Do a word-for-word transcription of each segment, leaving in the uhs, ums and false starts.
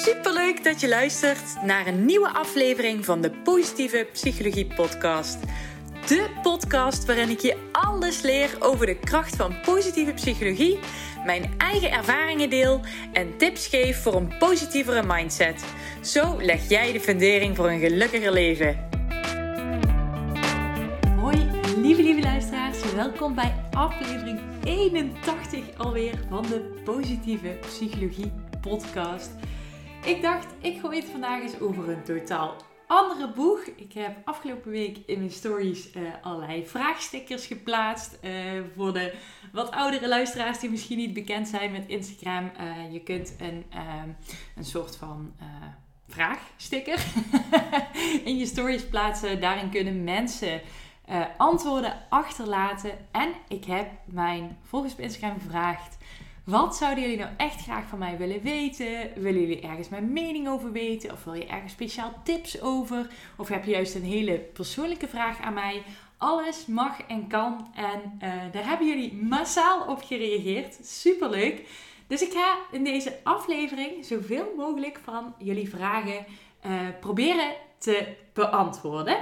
Superleuk dat je luistert naar een nieuwe aflevering van de Positieve Psychologie Podcast. De podcast waarin ik je alles leer over de kracht van positieve psychologie, mijn eigen ervaringen deel en tips geef voor een positievere mindset. Zo leg jij de fundering voor een gelukkiger leven. Hoi, lieve lieve luisteraars. Welkom bij aflevering eenentachtig alweer van de Positieve Psychologie Podcast. Ik dacht, ik gooi het vandaag eens over een totaal andere boeg. Ik heb afgelopen week in mijn stories uh, allerlei vraagstickers geplaatst. Uh, voor de wat oudere luisteraars die misschien niet bekend zijn met Instagram. Uh, je kunt een, uh, een soort van uh, vraagsticker in je stories plaatsen. Daarin kunnen mensen uh, antwoorden achterlaten. En ik heb mijn volgers op Instagram gevraagd: wat zouden jullie nou echt graag van mij willen weten? Willen jullie ergens mijn mening over weten? Of wil je ergens speciaal tips over? Of heb je juist een hele persoonlijke vraag aan mij? Alles mag en kan. En uh, daar hebben jullie massaal op gereageerd. Superleuk. Dus ik ga in deze aflevering zoveel mogelijk van jullie vragen uh, proberen te beantwoorden.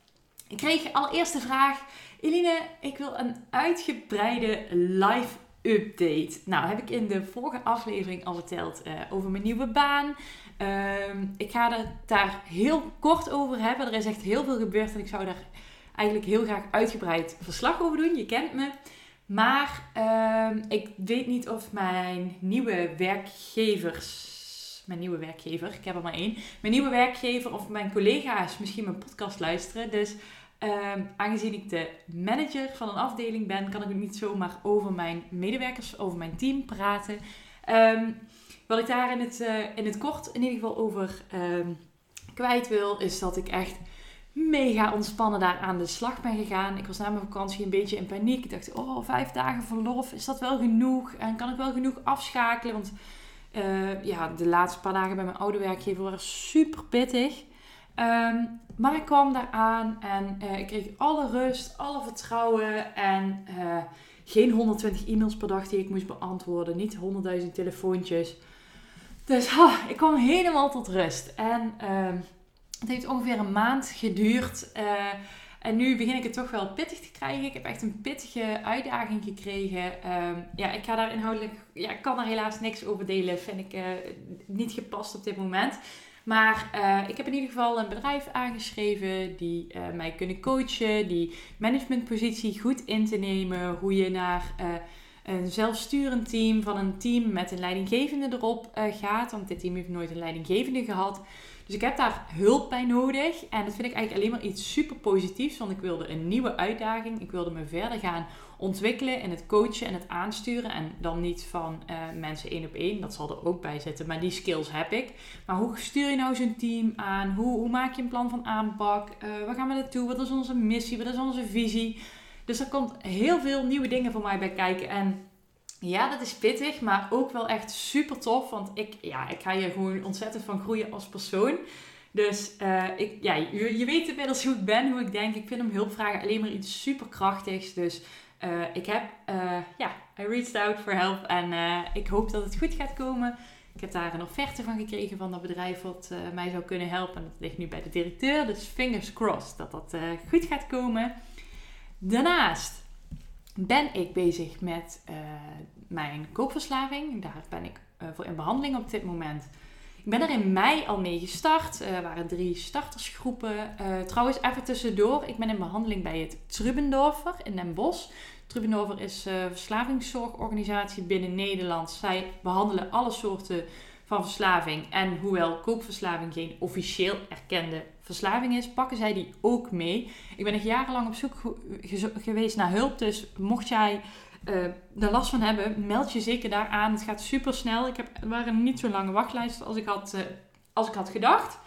Ik kreeg allereerst de vraag: Eline, ik wil een uitgebreide live update. Nou, heb ik in de vorige aflevering al verteld uh, over mijn nieuwe baan. Uh, ik ga het daar heel kort over hebben. Er is echt heel veel gebeurd en ik zou daar eigenlijk heel graag uitgebreid verslag over doen. Je kent me. Maar uh, ik weet niet of mijn nieuwe werkgevers... Mijn nieuwe werkgever, ik heb er maar één. Mijn nieuwe werkgever of mijn collega's misschien mijn podcast luisteren. Dus Um, aangezien ik de manager van een afdeling ben, kan ik ook niet zomaar over mijn medewerkers, over mijn team praten. Um, wat ik daar in het, uh, in het kort in ieder geval over um, kwijt wil, is dat ik echt mega ontspannen daar aan de slag ben gegaan. Ik was na mijn vakantie een beetje in paniek. Ik dacht, oh, vijf dagen verlof, is dat wel genoeg? En kan ik wel genoeg afschakelen? Want uh, ja, de laatste paar dagen bij mijn oude werkgever waren super pittig. Um, maar ik kwam daar aan en uh, ik kreeg alle rust, alle vertrouwen en uh, geen honderdtwintig e-mails per dag die ik moest beantwoorden. Niet honderdduizend telefoontjes. Dus oh, ik kwam helemaal tot rust. En uh, het heeft ongeveer een maand geduurd. Uh, en nu begin ik het toch wel pittig te krijgen. Ik heb echt een pittige uitdaging gekregen. Um, ja, ik ga daar inhoudelijk, ja, ik kan daar helaas niks over delen. Vind ik uh, niet gepast op dit moment. Maar uh, ik heb in ieder geval een bedrijf aangeschreven die uh, mij kunnen coachen, die managementpositie goed in te nemen, hoe je naar uh, een zelfsturend team van een team met een leidinggevende erop uh, gaat. Want dit team heeft nooit een leidinggevende gehad. Dus ik heb daar hulp bij nodig en dat vind ik eigenlijk alleen maar iets super positiefs, want ik wilde een nieuwe uitdaging. Ik wilde me verder gaan ontwikkelen in het coachen en het aansturen en dan niet van uh, mensen één op één, dat zal er ook bij zitten, maar die skills heb ik. Maar hoe stuur je nou zo'n team aan? Hoe, hoe maak je een plan van aanpak? Uh, waar gaan we naartoe? Wat is onze missie? Wat is onze visie? Dus er komt heel veel nieuwe dingen voor mij bij kijken en ja, dat is pittig, maar ook wel echt super tof. Want ik, ja, ik ga hier gewoon ontzettend van groeien als persoon. Dus uh, ik, ja, je, je weet inmiddels hoe ik ben, hoe ik denk. Ik vind hem hulpvragen alleen maar iets super krachtigs. Dus uh, ik heb, uh, ja, I reached out for help. En uh, ik hoop dat het goed gaat komen. Ik heb daar een offerte van gekregen van dat bedrijf wat uh, mij zou kunnen helpen. En dat ligt nu bij de directeur. Dus fingers crossed dat dat uh, goed gaat komen. Daarnaast ben ik bezig met uh, mijn koopverslaving. Daar ben ik uh, voor in behandeling op dit moment. Ik ben er in mei al mee gestart. Er uh, waren drie startersgroepen. Uh, trouwens, even tussendoor. Ik ben in behandeling bij het Trubendorfer in Den Bosch. Trubendorfer is een uh, verslavingszorgorganisatie binnen Nederland. Zij behandelen alle soorten van verslaving. En hoewel koopverslaving geen officieel erkende verslaving is, pakken zij die ook mee. Ik ben nog jarenlang op zoek ge- geweest naar hulp. Dus mocht jij uh, er last van hebben, meld je zeker daar aan. Het gaat super snel. Ik heb, er waren niet zo'n lange wachtlijsten als ik had, uh, als ik had gedacht.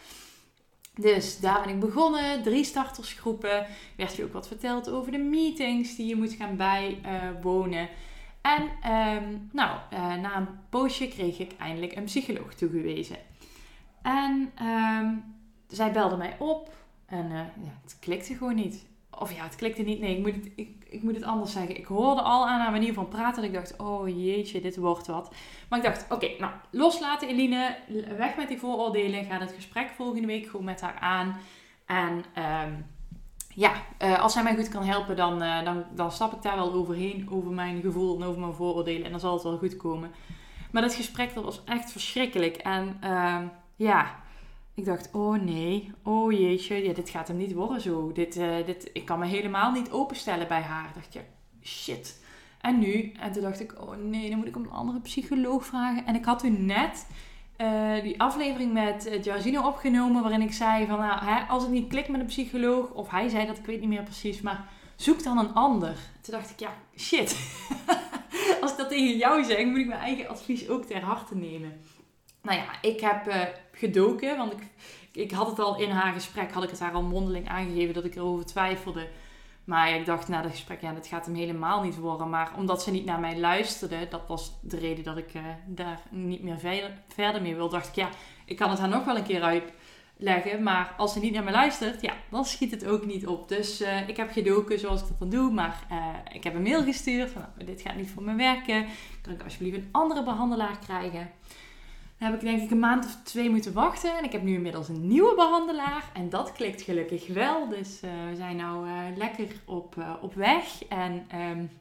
Dus daar ben ik begonnen. Drie startersgroepen. Werd je ook wat verteld over de meetings die je moet gaan bijwonen. Uh, En um, nou, uh, na een poosje kreeg ik eindelijk een psycholoog toegewezen. En um, zij belde mij op en uh, ja, het klikte gewoon niet. of ja, het klikte niet. Nee, ik moet het, ik, ik moet het anders zeggen. Ik hoorde al aan haar manier van praten. Dat ik dacht, oh jeetje, dit wordt wat. Maar ik dacht, oké, okay, nou, loslaten Eline. Weg met die vooroordelen. Ga het gesprek volgende week gewoon met haar aan. En um, ja, uh, als zij mij goed kan helpen, dan, uh, dan, dan stap ik daar wel overheen. Over mijn gevoel en over mijn vooroordelen. En dan zal het wel goed komen. Maar dat gesprek, dat was echt verschrikkelijk. En uh, ja... Ik dacht, oh nee, oh jeetje, ja, dit gaat hem niet worden zo. Dit, uh, dit, ik kan me helemaal niet openstellen bij haar. Ik dacht, ja, shit. En nu? En toen dacht ik, oh nee, dan moet ik een andere psycholoog vragen. En ik had toen net uh, die aflevering met uh, Giorgino opgenomen, waarin ik zei van, nou, hè, als het niet klikt met een psycholoog, of hij zei dat, ik weet niet meer precies, maar zoek dan een ander. Toen dacht ik, ja, shit. Als ik dat tegen jou zeg, moet ik mijn eigen advies ook ter harte nemen. Nou ja, ik heb uh, gedoken, want ik, ik had het al in haar gesprek, had ik het haar al mondeling aangegeven dat ik erover twijfelde. Maar ja, ik dacht na het gesprek, ja, dat gaat hem helemaal niet worden. Maar omdat ze niet naar mij luisterde, dat was de reden dat ik uh, daar niet meer verder, verder mee wil. Dacht ik, ja, ik kan het haar nog wel een keer uitleggen. Maar als ze niet naar mij luistert, ja, dan schiet het ook niet op. Dus uh, ik heb gedoken zoals ik dat dan doe. Maar uh, ik heb een mail gestuurd van, nou, dit gaat niet voor me werken. Kan ik alsjeblieft een andere behandelaar krijgen? Dan heb ik denk ik een maand of twee moeten wachten. En ik heb nu inmiddels een nieuwe behandelaar. En dat klikt gelukkig wel. Dus uh, we zijn nou uh, lekker op, uh, op weg. En um,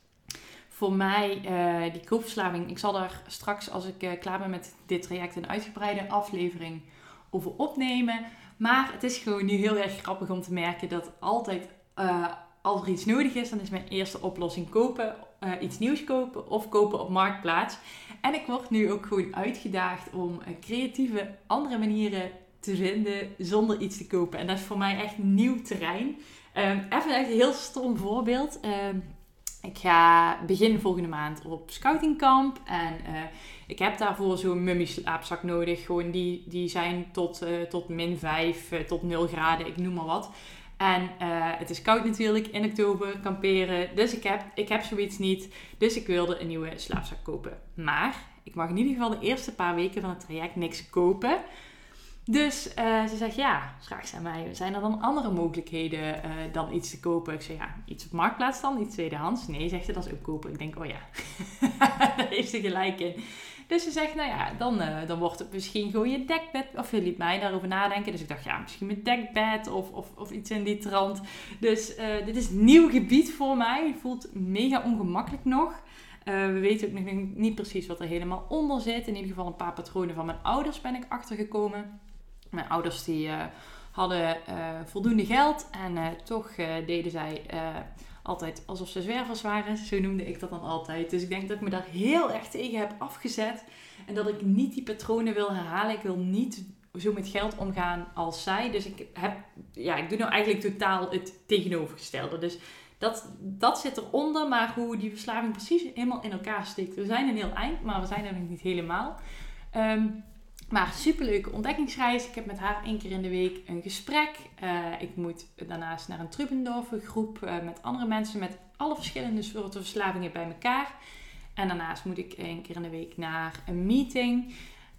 voor mij, uh, die koopverslaving. Ik zal daar straks, als ik uh, klaar ben met dit traject, een uitgebreide aflevering over opnemen. Maar het is gewoon nu heel erg grappig om te merken dat altijd, uh, als er iets nodig is, dan is mijn eerste oplossing kopen. Uh, iets nieuws kopen of kopen op Marktplaats. En ik word nu ook gewoon uitgedaagd om uh, creatieve andere manieren te vinden zonder iets te kopen. En dat is voor mij echt nieuw terrein. Um, even echt een heel stom voorbeeld. Um, ik ga begin volgende maand op scoutingkamp. En uh, ik heb daarvoor zo'n mummie slaapzak nodig. Gewoon die, die zijn tot, uh, tot min vijf, uh, tot nul graden, ik noem maar wat. En uh, het is koud natuurlijk in oktober, kamperen. Dus ik heb, ik heb zoiets niet. Dus ik wilde een nieuwe slaapzak kopen. Maar ik mag in ieder geval de eerste paar weken van het traject niks kopen. Dus uh, ze zegt, ja, vraagt ze aan mij, zijn er dan andere mogelijkheden uh, dan iets te kopen? Ik zeg, ja, iets op Marktplaats dan, iets tweedehands. Nee, zegt ze, dat is ook kopen. Ik denk, oh ja, daar heeft ze gelijk in. Dus ze zegt, nou ja, dan, uh, dan wordt het misschien gewoon je dekbed. Of je liet mij daarover nadenken. Dus ik dacht, ja, misschien mijn dekbed of, of, of iets in die trant. Dus uh, dit is nieuw gebied voor mij. Het voelt mega ongemakkelijk nog. Uh, we weten ook nog niet precies wat er helemaal onder zit. In ieder geval een paar patronen van mijn ouders ben ik achtergekomen. Mijn ouders die uh, hadden uh, voldoende geld. En uh, toch uh, deden zij... Uh, altijd alsof ze zwervers waren. Zo noemde ik dat dan altijd. Dus ik denk dat ik me daar heel erg tegen heb afgezet. En dat ik niet die patronen wil herhalen. Ik wil niet zo met geld omgaan als zij. Dus ik heb, ja, ik doe nou eigenlijk totaal het tegenovergestelde. Dus dat, dat zit eronder. Maar hoe die verslaving precies helemaal in elkaar steekt. We zijn een heel eind, maar we zijn er nog niet helemaal. Um, Maar superleuke ontdekkingsreis. Ik heb met haar één keer in de week een gesprek. Uh, ik moet daarnaast naar een Trubendorfer groep uh, met andere mensen met alle verschillende soorten verslavingen bij elkaar. En daarnaast moet ik één keer in de week naar een meeting.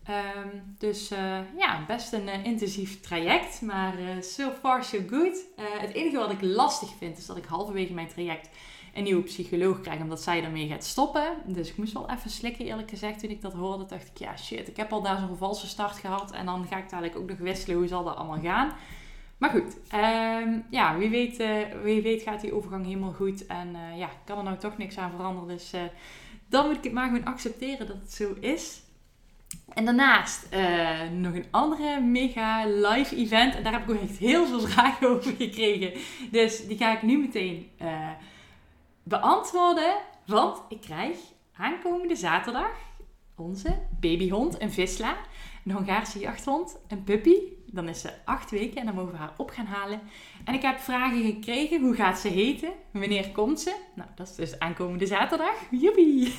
Um, dus uh, ja, best een uh, intensief traject. Maar uh, so far so good. Uh, het enige wat ik lastig vind is dat ik halverwege mijn traject een nieuwe psycholoog krijg, omdat zij daarmee gaat stoppen. Dus ik moest wel even slikken, eerlijk gezegd, toen ik dat hoorde. Dacht ik, ja shit, ik heb al daar zo'n valse start gehad. En dan ga ik dadelijk ook nog wisselen, hoe zal dat allemaal gaan? Maar goed, um, ja, wie weet, uh, wie weet gaat die overgang helemaal goed. En uh, ja, ik kan er nou toch niks aan veranderen. Dus uh, dan moet ik het maar gewoon accepteren dat het zo is. En daarnaast uh, nog een andere mega live event. En daar heb ik ook echt heel veel vragen over gekregen. Dus die ga ik nu meteen uh, beantwoorden. Want ik krijg aankomende zaterdag onze babyhond, een Vizsla. Een Hongaarse jachthond, een puppy. Dan is ze acht weken en dan mogen we haar op gaan halen. En ik heb vragen gekregen. Hoe gaat ze heten? Wanneer komt ze? Nou, dat is dus aankomende zaterdag. Joepie!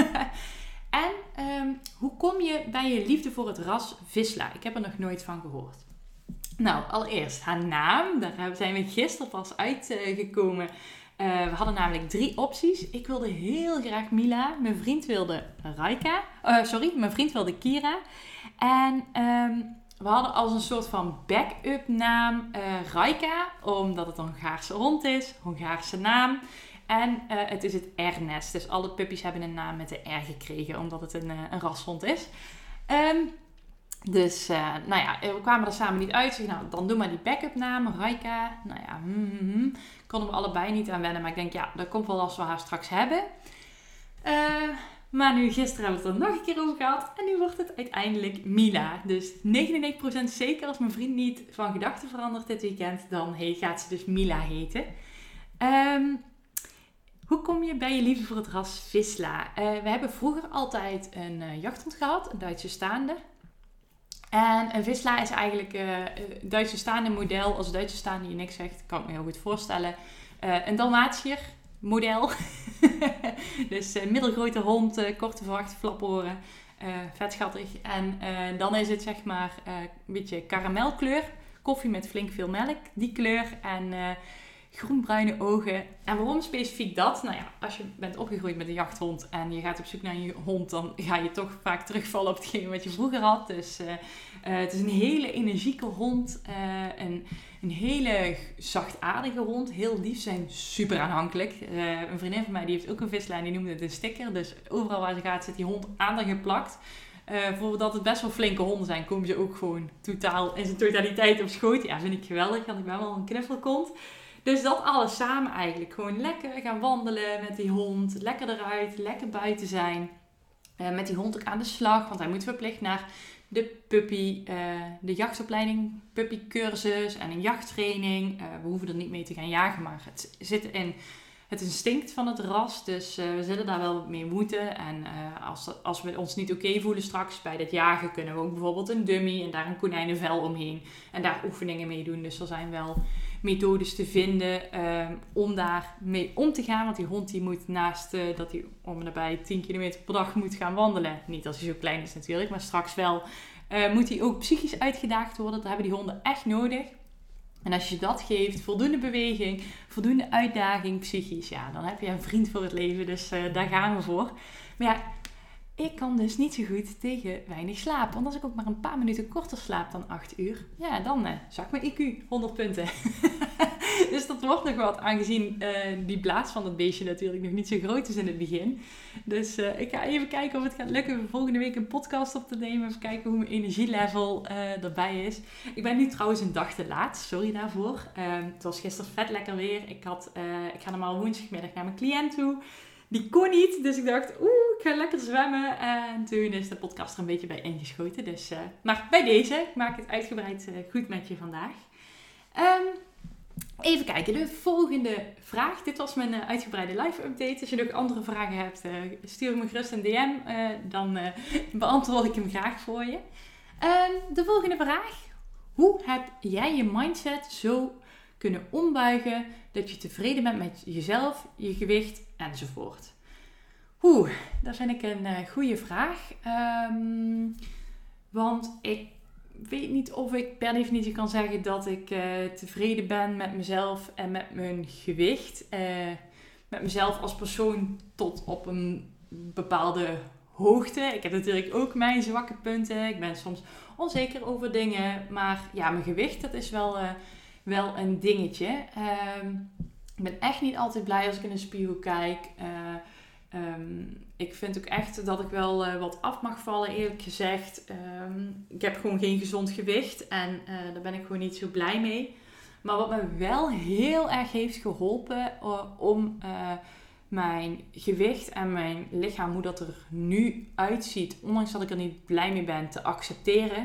En um, hoe kom je bij je liefde voor het ras Vizsla? Ik heb er nog nooit van gehoord. Nou, allereerst haar naam. Daar zijn we gisteren pas uitgekomen. Uh, we hadden namelijk drie opties. Ik wilde heel graag Mila. Mijn vriend wilde Raika. Uh, sorry, mijn vriend wilde Kira. En um, we hadden als een soort van backup naam uh, Raika, omdat het een Hongaarse hond is, Hongaarse naam. En uh, het is het R-nest, dus alle puppies hebben een naam met de R gekregen, omdat het een, uh, een rashond is. Um, dus, uh, nou ja, we kwamen er samen niet uit. Zeg, nou, dan doe maar die backup naam, Raika. Nou ja, hmm, hmm, hmm. Konden we allebei niet aan wennen, maar ik denk, ja, dat komt wel als we haar straks hebben. Uh, Maar nu, gisteren hebben we het er nog een keer over gehad. En nu wordt het uiteindelijk Mila. Dus negenennegentig procent zeker als mijn vriend niet van gedachten verandert dit weekend. Dan hey, gaat ze dus Mila heten. Um, hoe kom je bij je liefde voor het ras Vizsla? Uh, we hebben vroeger altijd een uh, jachthond gehad. Een Duitse staande. En een Vizsla is eigenlijk uh, een Duitse staande model. Als Duitse staande je niks zegt, kan ik me heel goed voorstellen. Uh, een Dalmatiër model. Dus uh, middelgrote hond, uh, korte vacht, flaporen, uh, vet schattig. En uh, dan is het zeg maar uh, een beetje karamelkleur. Koffie met flink veel melk, die kleur. En uh, groenbruine ogen. En waarom specifiek dat? Nou ja, als je bent opgegroeid met een jachthond en je gaat op zoek naar je hond, dan ga je toch vaak terugvallen op hetgeen wat je vroeger had. Dus uh, uh, het is een hele energieke hond. Uh, een, een hele zachtaardige hond. Heel lief, zijn super aanhankelijk. Uh, een vriendin van mij die heeft ook een Vizsla en die noemde het een sticker. Dus overal waar ze gaat zit die hond aan haar geplakt. Uh, voordat het best wel flinke honden zijn, komen ze ook gewoon totaal in zijn totaliteit op schoot. Ja, vind ik geweldig, want ik ben wel een knuffelkont. Dus dat alles samen eigenlijk. Gewoon lekker gaan wandelen met die hond. Lekker eruit, lekker buiten zijn. Uh, met die hond ook aan de slag, want hij moet verplicht naar de puppy, uh, de jachtopleiding, puppycursus en een jachttraining. Uh, we hoeven er niet mee te gaan jagen, maar het zit in het instinct van het ras. Dus uh, we zullen daar wel mee moeten. En uh, als, dat, als we ons niet oké okay voelen straks bij dat jagen, kunnen we ook bijvoorbeeld een dummy en daar een konijnenvel omheen. En daar oefeningen mee doen. Dus er zijn wel methodes te vinden uh, om daar mee om te gaan. Want die hond die moet naast uh, dat hij om en nabij tien kilometer per dag moet gaan wandelen. Niet als hij zo klein is natuurlijk, maar straks wel. Uh, moet hij ook psychisch uitgedaagd worden. Dat hebben die honden echt nodig. En als je dat geeft, voldoende beweging, voldoende uitdaging psychisch, ja, dan heb je een vriend voor het leven. Dus uh, daar gaan we voor. Maar ja, ik kan dus niet zo goed tegen weinig slaap. Want als ik ook maar een paar minuten korter slaap dan acht uur, ja, dan uh, zak mijn I Q honderd punten. Dus dat wordt nog wat, aangezien uh, die blaas van het beestje natuurlijk nog niet zo groot is in het begin. Dus uh, ik ga even kijken of het gaat lukken volgende week een podcast op te nemen. Even kijken hoe mijn energielevel uh, erbij is. Ik ben nu trouwens een dag te laat, sorry daarvoor. Uh, het was gisteren vet lekker weer. Ik, had, uh, ik ga normaal woensdagmiddag naar mijn cliënt toe. Die kon niet, dus ik dacht, oeh, ik ga lekker zwemmen. En toen is de podcast er een beetje bij ingeschoten. Dus, uh, maar bij deze, ik maak het uitgebreid uh, goed met je vandaag. Um, even kijken, de volgende vraag. Dit was mijn uh, uitgebreide live update. Als je nog andere vragen hebt, uh, stuur me gerust een D M. Uh, dan uh, beantwoord ik hem graag voor je. Um, de volgende vraag. Hoe heb jij je mindset zo kunnen ombuigen dat je tevreden bent met jezelf, je gewicht enzovoort? Oeh, dat vind ik een uh, goede vraag. Um, want ik weet niet of ik per definitie kan zeggen dat ik uh, tevreden ben met mezelf en met mijn gewicht. Uh, met mezelf als persoon tot op een bepaalde hoogte. Ik heb natuurlijk ook mijn zwakke punten. Ik ben soms onzeker over dingen. Maar ja, mijn gewicht, dat is wel, uh, wel een dingetje. Um, ik ben echt niet altijd blij als ik in de spiegel kijk. Uh, um, ik vind ook echt dat ik wel uh, wat af mag vallen, eerlijk gezegd. Um, ik heb gewoon geen gezond gewicht en uh, daar ben ik gewoon niet zo blij mee. Maar wat me wel heel erg heeft geholpen uh, om uh, mijn gewicht en mijn lichaam, hoe dat er nu uitziet, ondanks dat ik er niet blij mee ben, te accepteren,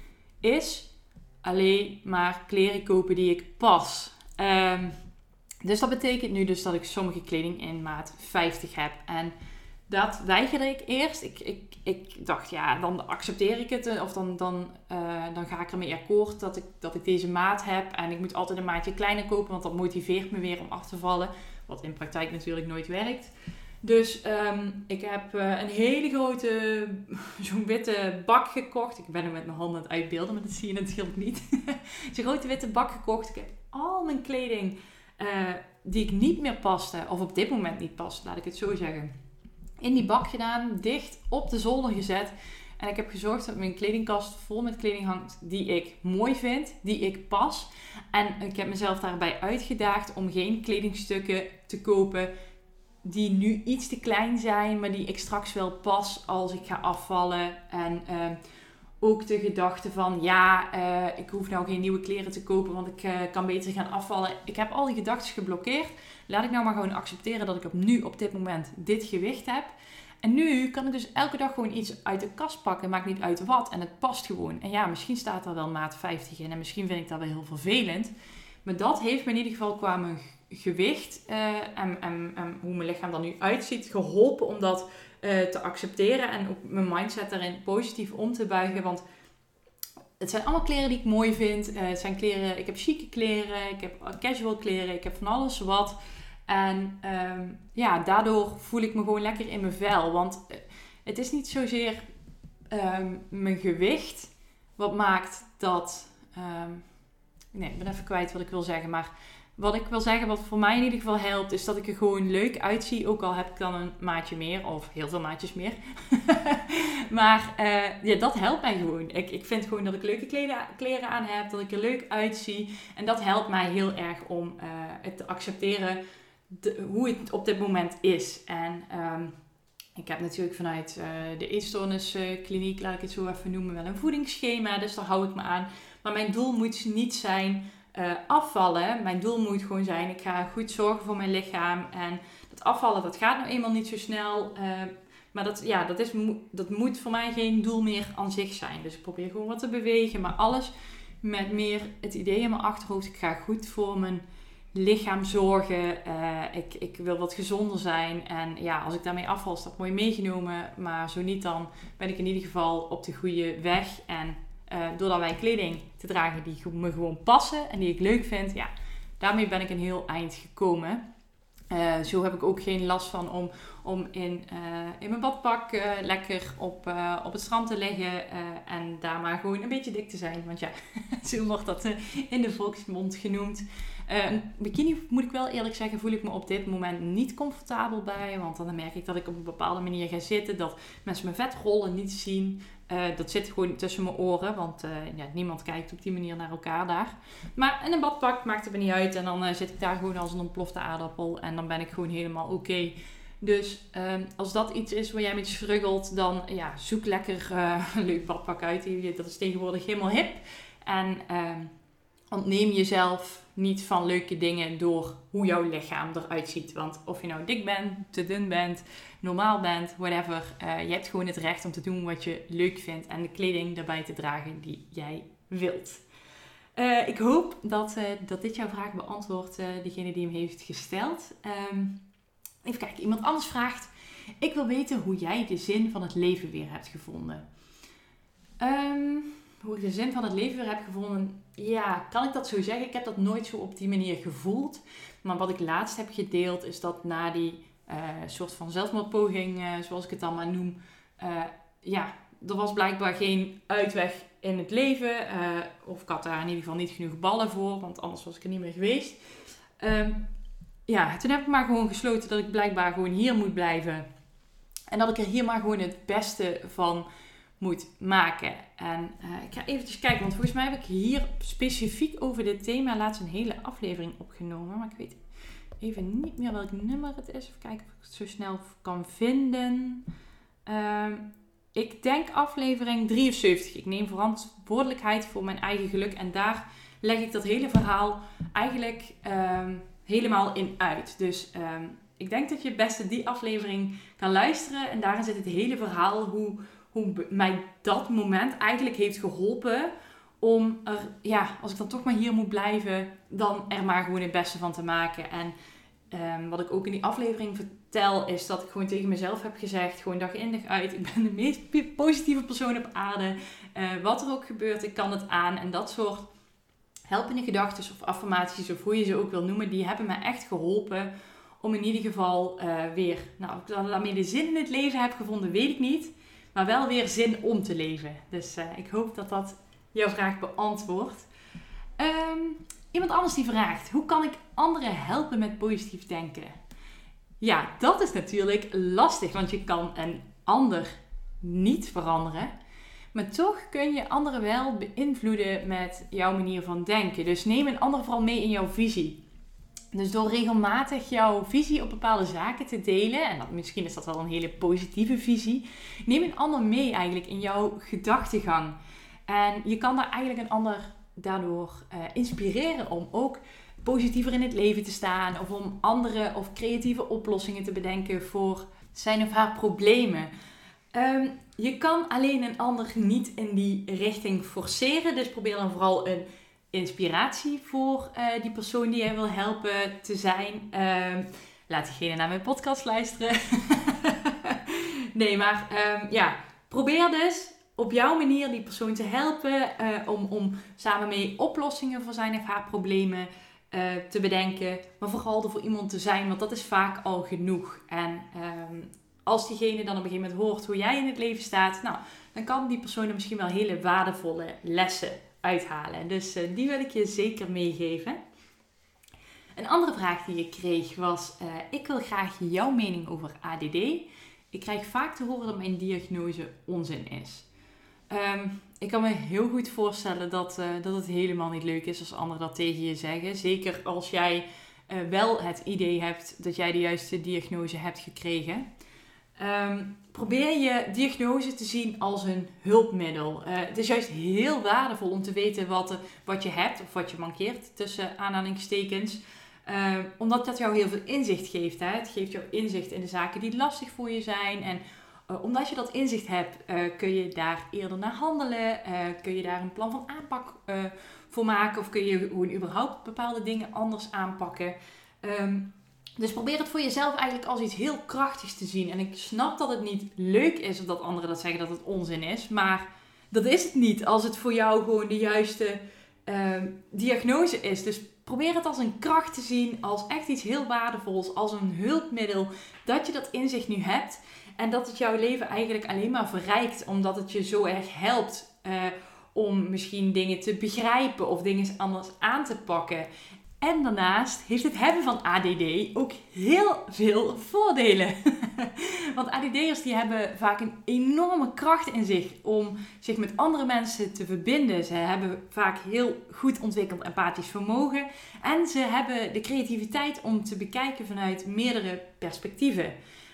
is alleen maar kleren kopen die ik pas. Um, dus dat betekent nu dus dat ik sommige kleding in maat vijftig heb. En dat weigerde ik eerst. Ik, ik, ik dacht, ja, dan accepteer ik het. Of dan, dan, uh, dan ga ik ermee akkoord dat ik, dat ik deze maat heb. En ik moet altijd een maatje kleiner kopen, want dat motiveert me weer om af te vallen. Wat in praktijk natuurlijk nooit werkt. Dus um, ik heb uh, een hele grote, zo'n witte bak gekocht. Ik ben hem met mijn handen aan het uitbeelden, maar dat zie je natuurlijk niet. Zo'n grote witte bak gekocht. Ik heb al mijn kleding uh, die ik niet meer paste, of op dit moment niet past, laat ik het zo zeggen, in die bak gedaan, dicht op de zolder gezet. En ik heb gezorgd dat mijn kledingkast vol met kleding hangt die ik mooi vind, die ik pas. En ik heb mezelf daarbij uitgedaagd om geen kledingstukken te kopen die nu iets te klein zijn, maar die ik straks wel pas als ik ga afvallen. En uh, ook de gedachte van, ja, uh, ik hoef nou geen nieuwe kleren te kopen, want ik uh, kan beter gaan afvallen. Ik heb al die gedachten geblokkeerd. Laat ik nou maar gewoon accepteren dat ik op nu, op dit moment, dit gewicht heb. En nu kan ik dus elke dag gewoon iets uit de kast pakken. Maakt niet uit wat. En het past gewoon. En ja, misschien staat er wel maat vijftig in. En misschien vind ik dat wel heel vervelend. Maar dat heeft me in ieder geval qua mijn gewicht uh, en, en, en hoe mijn lichaam er nu uitziet geholpen om dat uh, te accepteren. En ook mijn mindset daarin positief om te buigen. Want het zijn allemaal kleren die ik mooi vind. Uh, het zijn kleren, ik heb chique kleren. Ik heb casual kleren. Ik heb van alles wat. En um, ja, daardoor voel ik me gewoon lekker in mijn vel. Want het is niet zozeer um, mijn gewicht wat maakt dat... Um, nee, ik ben even kwijt wat ik wil zeggen. Maar wat ik wil zeggen, wat voor mij in ieder geval helpt, is dat ik er gewoon leuk uitzie. Ook al heb ik dan een maatje meer of heel veel maatjes meer. maar uh, ja, dat helpt mij gewoon. Ik, ik vind gewoon dat ik leuke kleden, kleren aan heb. Dat ik er leuk uitzie. En dat helpt mij heel erg om uh, het te accepteren... De, hoe het op dit moment is. En um, ik heb natuurlijk vanuit uh, de eetstoorniskliniek, laat ik het zo even noemen, wel een voedingsschema. Dus daar hou ik me aan. Maar mijn doel moet niet zijn uh, afvallen. Mijn doel moet gewoon zijn, ik ga goed zorgen voor mijn lichaam. En dat afvallen, dat gaat nou eenmaal niet zo snel. Uh, maar dat, ja, dat, is, dat moet voor mij geen doel meer aan zich zijn. Dus ik probeer gewoon wat te bewegen. Maar alles met meer het idee in mijn achterhoofd. Ik ga goed voor mijn lichaam zorgen. Uh, ik, ik wil wat gezonder zijn. En ja, als ik daarmee afval, is dat mooi meegenomen. Maar zo niet, dan ben ik in ieder geval op de goede weg. En uh, doordat wij kleding te dragen die me gewoon passen en die ik leuk vind, ja, daarmee ben ik een heel eind gekomen. Uh, zo heb ik ook geen last van om, om in, uh, in mijn badpak uh, lekker op, uh, op het strand te liggen uh, en daar maar gewoon een beetje dik te zijn. Want ja, zo wordt dat uh, in de volksmond genoemd. Uh, een bikini, moet ik wel eerlijk zeggen, voel ik me op dit moment niet comfortabel bij. Want dan merk ik dat ik op een bepaalde manier ga zitten. Dat mensen mijn vetrollen niet zien. Uh, dat zit gewoon tussen mijn oren. Want uh, ja, niemand kijkt op die manier naar elkaar daar. Maar in een badpak maakt het me niet uit. En dan uh, zit ik daar gewoon als een ontplofte aardappel. En dan ben ik gewoon helemaal oké. Okay. Dus uh, als dat iets is waar jij mee struggelt, dan ja, zoek lekker uh, een leuk badpak uit. Dat is tegenwoordig helemaal hip. En uh, ontneem jezelf niet van leuke dingen door hoe jouw lichaam eruit ziet. Want of je nou dik bent, te dun bent, normaal bent, whatever. Uh, je hebt gewoon het recht om te doen wat je leuk vindt. En de kleding daarbij te dragen die jij wilt. Uh, ik hoop dat, uh, dat dit jouw vraag beantwoordt. Uh, degene die hem heeft gesteld. Um, even kijken, iemand anders vraagt. Ik wil weten hoe jij de zin van het leven weer hebt gevonden. Um, hoe ik de zin van het leven weer heb gevonden. Ja, kan ik dat zo zeggen? Ik heb dat nooit zo op die manier gevoeld. Maar wat ik laatst heb gedeeld is dat na die uh, soort van zelfmoordpoging, uh, zoals ik het dan maar noem. Uh, ja, er was blijkbaar geen uitweg in het leven. Uh, of ik had daar in ieder geval niet genoeg ballen voor. Want anders was ik er niet meer geweest. Um, ja, toen heb ik maar gewoon gesloten dat ik blijkbaar gewoon hier moet blijven. En dat ik er hier maar gewoon het beste van moet maken. En uh, ik ga eventjes kijken, want volgens mij heb ik hier specifiek over dit thema laatst een hele aflevering opgenomen. Maar ik weet even niet meer welk nummer het is. Even kijken of ik het zo snel kan vinden. Uh, ik denk aflevering drieënzeventig. Ik neem verantwoordelijkheid voor mijn eigen geluk. En daar leg ik dat hele verhaal eigenlijk uh, helemaal in uit. Dus uh, ik denk dat je het beste die aflevering kan luisteren. En daarin zit het hele verhaal hoe... hoe mij dat moment eigenlijk heeft geholpen om er, ja, als ik dan toch maar hier moet blijven, dan er maar gewoon het beste van te maken. En um, wat ik ook in die aflevering vertel, is dat ik gewoon tegen mezelf heb gezegd, gewoon dag in dag uit, ik ben de meest positieve persoon op aarde. Uh, wat er ook gebeurt, ik kan het aan. En dat soort helpende gedachten of affirmaties, of hoe je ze ook wil noemen, die hebben me echt geholpen om in ieder geval uh, weer, nou, of ik dan daarmee de zin in het leven heb gevonden, weet ik niet. Maar wel weer zin om te leven. Dus uh, ik hoop dat dat jouw vraag beantwoordt. Um, iemand anders die vraagt. Hoe kan ik anderen helpen met positief denken? Ja, dat is natuurlijk lastig. Want je kan een ander niet veranderen. Maar toch kun je anderen wel beïnvloeden met jouw manier van denken. Dus neem een ander vooral mee in jouw visie. Dus door regelmatig jouw visie op bepaalde zaken te delen, en dat, misschien is dat wel een hele positieve visie, neem een ander mee eigenlijk in jouw gedachtegang. En je kan daar eigenlijk een ander daardoor uh, inspireren om ook positiever in het leven te staan, of om andere of creatieve oplossingen te bedenken voor zijn of haar problemen. Um, je kan alleen een ander niet in die richting forceren, dus probeer dan vooral een inspiratie voor uh, die persoon die jij wil helpen te zijn. Um, laat diegene naar mijn podcast luisteren. nee, maar um, ja, probeer dus op jouw manier die persoon te helpen uh, om, om samen mee oplossingen voor zijn of haar problemen uh, te bedenken. Maar vooral er voor iemand te zijn, want dat is vaak al genoeg. En um, als diegene dan op een gegeven moment hoort hoe jij in het leven staat, nou, dan kan die persoon er misschien wel hele waardevolle lessen uithalen. Dus uh, die wil ik je zeker meegeven. Een andere vraag die ik kreeg was, uh, ik wil graag jouw mening over A D D. Ik krijg vaak te horen dat mijn diagnose onzin is. Um, ik kan me heel goed voorstellen dat, uh, dat het helemaal niet leuk is als anderen dat tegen je zeggen. Zeker als jij uh, wel het idee hebt dat jij de juiste diagnose hebt gekregen. Um, probeer je diagnose te zien als een hulpmiddel. Uh, het is juist heel waardevol om te weten wat, uh, wat je hebt of wat je mankeert tussen aanhalingstekens. Uh, omdat dat jou heel veel inzicht geeft. Hè? Het geeft jou inzicht in de zaken die lastig voor je zijn. En uh, omdat je dat inzicht hebt, uh, kun je daar eerder naar handelen. Uh, kun je daar een plan van aanpak uh, voor maken. Of kun je gewoon überhaupt bepaalde dingen anders aanpakken. Um, Dus probeer het voor jezelf eigenlijk als iets heel krachtigs te zien. En ik snap dat het niet leuk is of dat anderen dat zeggen dat het onzin is. Maar dat is het niet als het voor jou gewoon de juiste uh, diagnose is. Dus probeer het als een kracht te zien, als echt iets heel waardevols, als een hulpmiddel. Dat je dat inzicht nu hebt en dat het jouw leven eigenlijk alleen maar verrijkt. Omdat het je zo erg helpt uh, om misschien dingen te begrijpen of dingen anders aan te pakken. En daarnaast heeft het hebben van A D D ook heel veel voordelen. Want A D D'ers die hebben vaak een enorme kracht in zich om zich met andere mensen te verbinden. Ze hebben vaak heel goed ontwikkeld empathisch vermogen. En ze hebben de creativiteit om te bekijken vanuit meerdere perspectieven.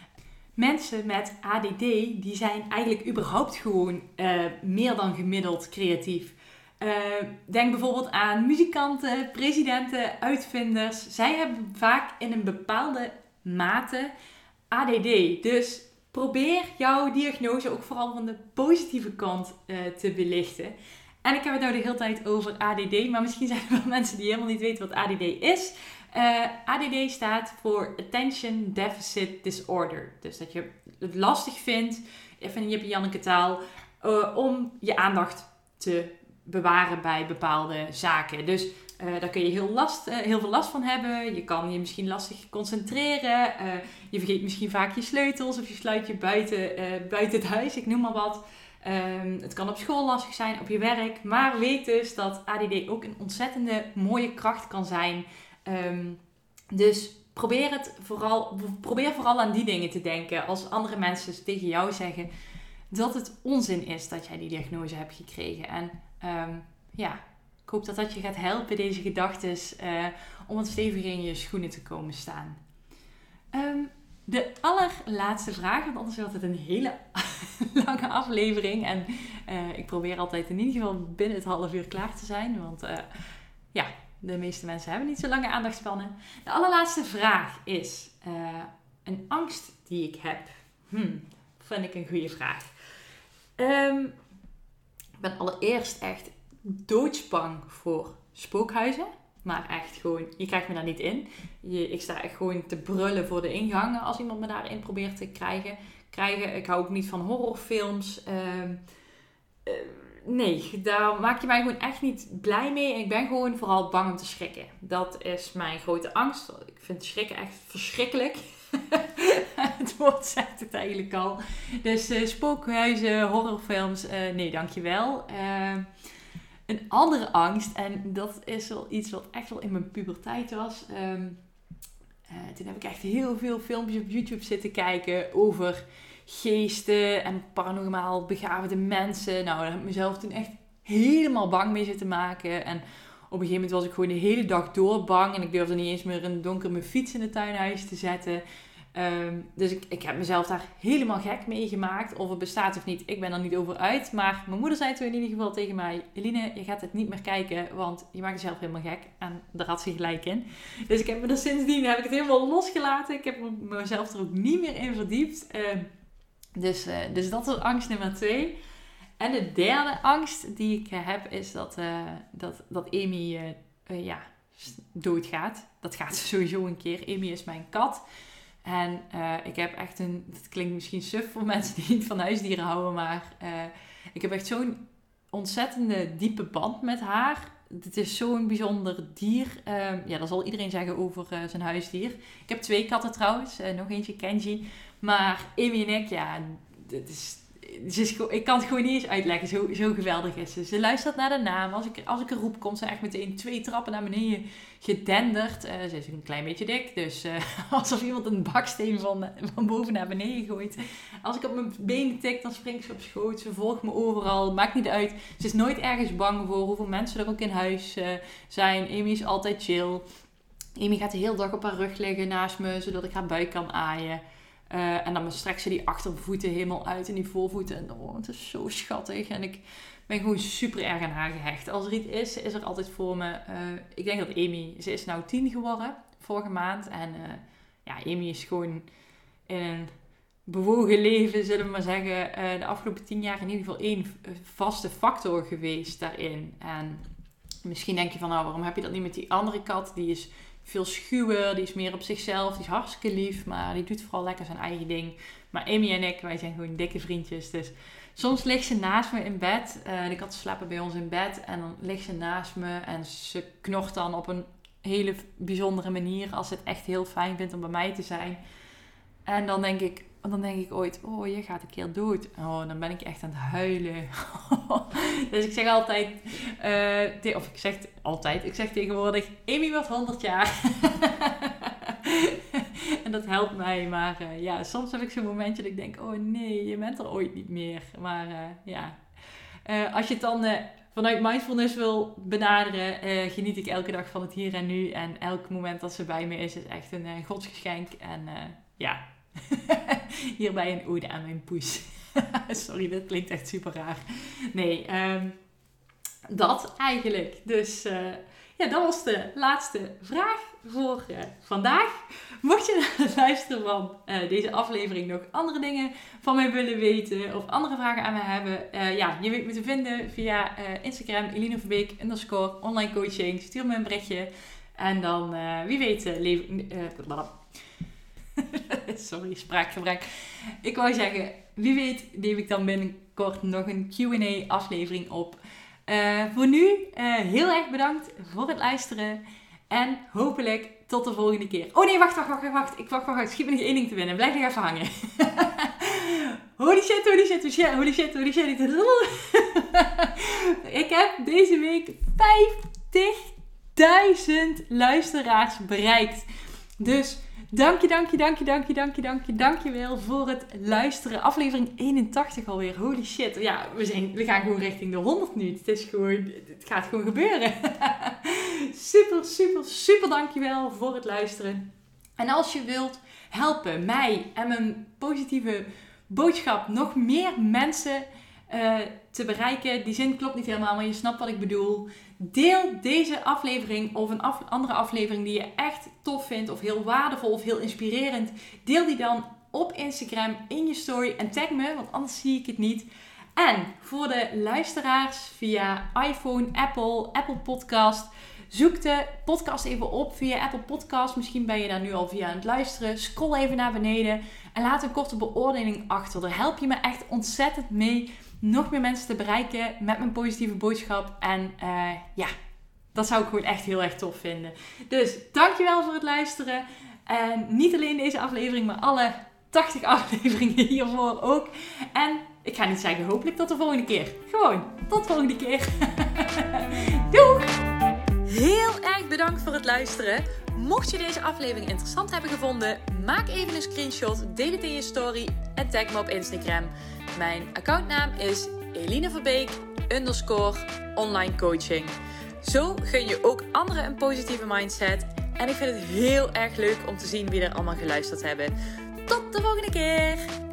Mensen met A D D die zijn eigenlijk überhaupt gewoon uh, meer dan gemiddeld creatief. Uh, denk bijvoorbeeld aan muzikanten, presidenten, uitvinders. Zij hebben vaak in een bepaalde mate A D D. Dus probeer jouw diagnose ook vooral van de positieve kant uh, te belichten. En ik heb het nou de hele tijd over A D D, maar misschien zijn er wel mensen die helemaal niet weten wat A D D is. Uh, A D D staat voor Attention Deficit Disorder. Dus dat je het lastig vindt, even in Jip en Janneke taal, uh, om je aandacht te bewaren bij bepaalde zaken. Dus uh, daar kun je heel, last, uh, heel veel last van hebben. Je kan je misschien lastig concentreren. Uh, je vergeet misschien vaak je sleutels of je sluit je buiten, uh, buiten het huis. Ik noem maar wat. Um, het kan op school lastig zijn, op je werk. Maar weet dus dat A D D ook een ontzettende mooie kracht kan zijn. Um, dus probeer, het vooral, probeer vooral aan die dingen te denken. Als andere mensen tegen jou zeggen dat het onzin is dat jij die diagnose hebt gekregen. En um, ja, ik hoop dat dat je gaat helpen, deze gedachtes, uh, om wat steviger in je schoenen te komen staan. Um, de allerlaatste vraag, want anders wordt het een hele lange aflevering. En uh, ik probeer altijd in ieder geval binnen het half uur klaar te zijn. Want uh, ja, de meeste mensen hebben niet zo lange aandachtspannen. De allerlaatste vraag is uh, een angst die ik heb. Hmm, vind ik een goede vraag. Um, ik ben allereerst echt doodsbang voor spookhuizen. Maar echt gewoon, je krijgt me daar niet in. Je, ik sta echt gewoon te brullen voor de ingang als iemand me daarin probeert te krijgen. krijgen. Ik hou ook niet van horrorfilms. Uh, uh, nee, daar maak je mij gewoon echt niet blij mee. En ik ben gewoon vooral bang om te schrikken. Dat is mijn grote angst. Ik vind schrikken echt verschrikkelijk. Het woord zegt het eigenlijk al. Dus uh, spookhuizen, horrorfilms, uh, nee dankjewel. Uh, een andere angst, en dat is wel iets wat echt wel in mijn puberteit was. Um, uh, toen heb ik echt heel veel filmpjes op YouTube zitten kijken over geesten en paranormaal begaafde mensen. Nou, daar heb ik mezelf toen echt helemaal bang mee zitten maken. En op een gegeven moment was ik gewoon de hele dag door bang. En ik durfde niet eens meer in het donker mijn fiets in het tuinhuis te zetten. Um, dus ik, ik heb mezelf daar helemaal gek mee gemaakt. Of het bestaat of niet, ik ben er niet over uit. Maar mijn moeder zei toen in ieder geval tegen mij: Eline, je gaat het niet meer kijken, want je maakt jezelf helemaal gek. En daar had ze gelijk in. Dus ik heb me er sindsdien heb ik het helemaal losgelaten. Ik heb mezelf er ook niet meer in verdiept. Uh, dus, uh, dus dat is angst nummer twee. En de derde angst die ik uh, heb is dat, uh, dat, dat Amy uh, uh, ja, doodgaat. Dat gaat sowieso een keer. Amy is mijn kat. En uh, ik heb echt een... Het klinkt misschien suf voor mensen die niet van huisdieren houden, maar uh, ik heb echt zo'n ontzettende diepe band met haar. Het is zo'n bijzonder dier. Uh, ja, dat zal iedereen zeggen over uh, zijn huisdier. Ik heb twee katten trouwens. Uh, nog eentje, Kenji. Maar Amy en ik, ja, het is... Ze is, ik kan het gewoon niet eens uitleggen. Zo, zo geweldig is ze. Ze luistert naar de naam. Als ik, als ik er roep, komt ze echt meteen twee trappen naar beneden gedenderd. Uh, ze is een klein beetje dik. Dus uh, alsof iemand een baksteen van, van boven naar beneden gooit. Als ik op mijn benen tik, dan springt ze op schoot. Ze volgt me overal. Maakt niet uit. Ze is nooit ergens bang voor. Hoeveel mensen er ook in huis uh, zijn. Amy is altijd chill. Amy gaat de hele dag op haar rug liggen naast me. Zodat ik haar buik kan aaien. Uh, en dan strekt ze die achtervoeten helemaal uit en die voorvoeten. En oh, het is zo schattig. En ik ben gewoon super erg aan haar gehecht. Als er iets is, is er altijd voor me. Uh, ik denk dat Amy, ze is nou tien geworden, vorige maand. En uh, ja, Amy is gewoon in een bewogen leven, zullen we maar zeggen, uh, de afgelopen tien jaar in ieder geval één vaste factor geweest daarin. En misschien denk je van, nou, waarom heb je dat niet met die andere kat? Die is veel schuwer, die is meer op zichzelf, die is hartstikke lief, maar die doet vooral lekker zijn eigen ding. Maar Amy en ik, wij zijn gewoon dikke vriendjes, dus soms ligt ze naast me in bed. Uh, de katten slapen bij ons in bed en dan ligt ze naast me en ze knort dan op een hele bijzondere manier als ze het echt heel fijn vindt om bij mij te zijn. En dan denk ik, dan denk ik ooit, oh, je gaat een keer dood. Oh, dan ben ik echt aan het huilen. Dus ik zeg altijd, uh, te, of ik zeg altijd, ik zeg tegenwoordig, Amy wordt honderd jaar. En dat helpt mij, maar uh, ja, soms heb ik zo'n momentje dat ik denk, oh nee, je bent er ooit niet meer. Maar uh, ja, uh, als je het dan uh, vanuit mindfulness wil benaderen, uh, geniet ik elke dag van het hier en nu. En elk moment dat ze bij me is, is echt een uh, godsgeschenk. En uh, ja... Hierbij een ode aan mijn poes. Sorry, dat klinkt echt super raar. Nee, um, dat eigenlijk. Dus uh, ja, dat was de laatste vraag voor uh, vandaag. Mocht je na het luisteren van uh, deze aflevering nog andere dingen van mij willen weten of andere vragen aan mij hebben, uh, ja, je weet me te vinden via uh, Instagram, Eline Verbeek underscore online coaching. Stuur me een berichtje en dan, uh, wie weet, uh, leef ik... Uh, Sorry, spraakgebrek. Ik wou zeggen, wie weet neem ik dan binnenkort nog een Q en A aflevering op. Uh, voor nu, uh, heel erg bedankt voor het luisteren. En hopelijk tot de volgende keer. Oh nee, wacht, wacht, wacht, wacht. Ik wacht, wacht, wacht. Schiet me nog één ding te winnen. Blijf nog even hangen. Holy shit, holy shit, holy shit, holy shit, holy shit. Ik heb deze week vijftigduizend luisteraars bereikt. Dus... Dank je, dank je, dank je, dank je, dank je, dank je, dank je wel voor het luisteren. Aflevering eenentachtig alweer. Holy shit. Ja, we, zijn, we gaan gewoon richting de honderd nu. Het is gewoon, het gaat gewoon gebeuren. Super, super, super dank je wel voor het luisteren. En als je wilt helpen mij en mijn positieve boodschap nog meer mensen uh, te bereiken. Die zin klopt niet helemaal, maar je snapt wat ik bedoel. Deel deze aflevering of een af, andere aflevering die je echt tof vindt of heel waardevol of heel inspirerend. Deel die dan op Instagram in je story en tag me, want anders zie ik het niet. En voor de luisteraars via iPhone, Apple, Apple Podcast, zoek de podcast even op via Apple Podcast. Misschien ben je daar nu al via aan het luisteren. Scroll even naar beneden en laat een korte beoordeling achter. Daar help je me echt ontzettend mee nog meer mensen te bereiken met mijn positieve boodschap. En uh, ja, dat zou ik gewoon echt heel erg tof vinden. Dus dankjewel voor het luisteren. En niet alleen deze aflevering, maar alle tachtig afleveringen hiervoor ook. En ik ga niet zeggen hopelijk tot de volgende keer. Gewoon tot de volgende keer. Doeg! Heel erg bedankt voor het luisteren. Mocht je deze aflevering interessant hebben gevonden, maak even een screenshot, deel het in je story en tag me op Instagram. Mijn accountnaam is elineverbeek underscore online coaching. Zo gun je ook anderen een positieve mindset. En ik vind het heel erg leuk om te zien wie er allemaal geluisterd hebben. Tot de volgende keer!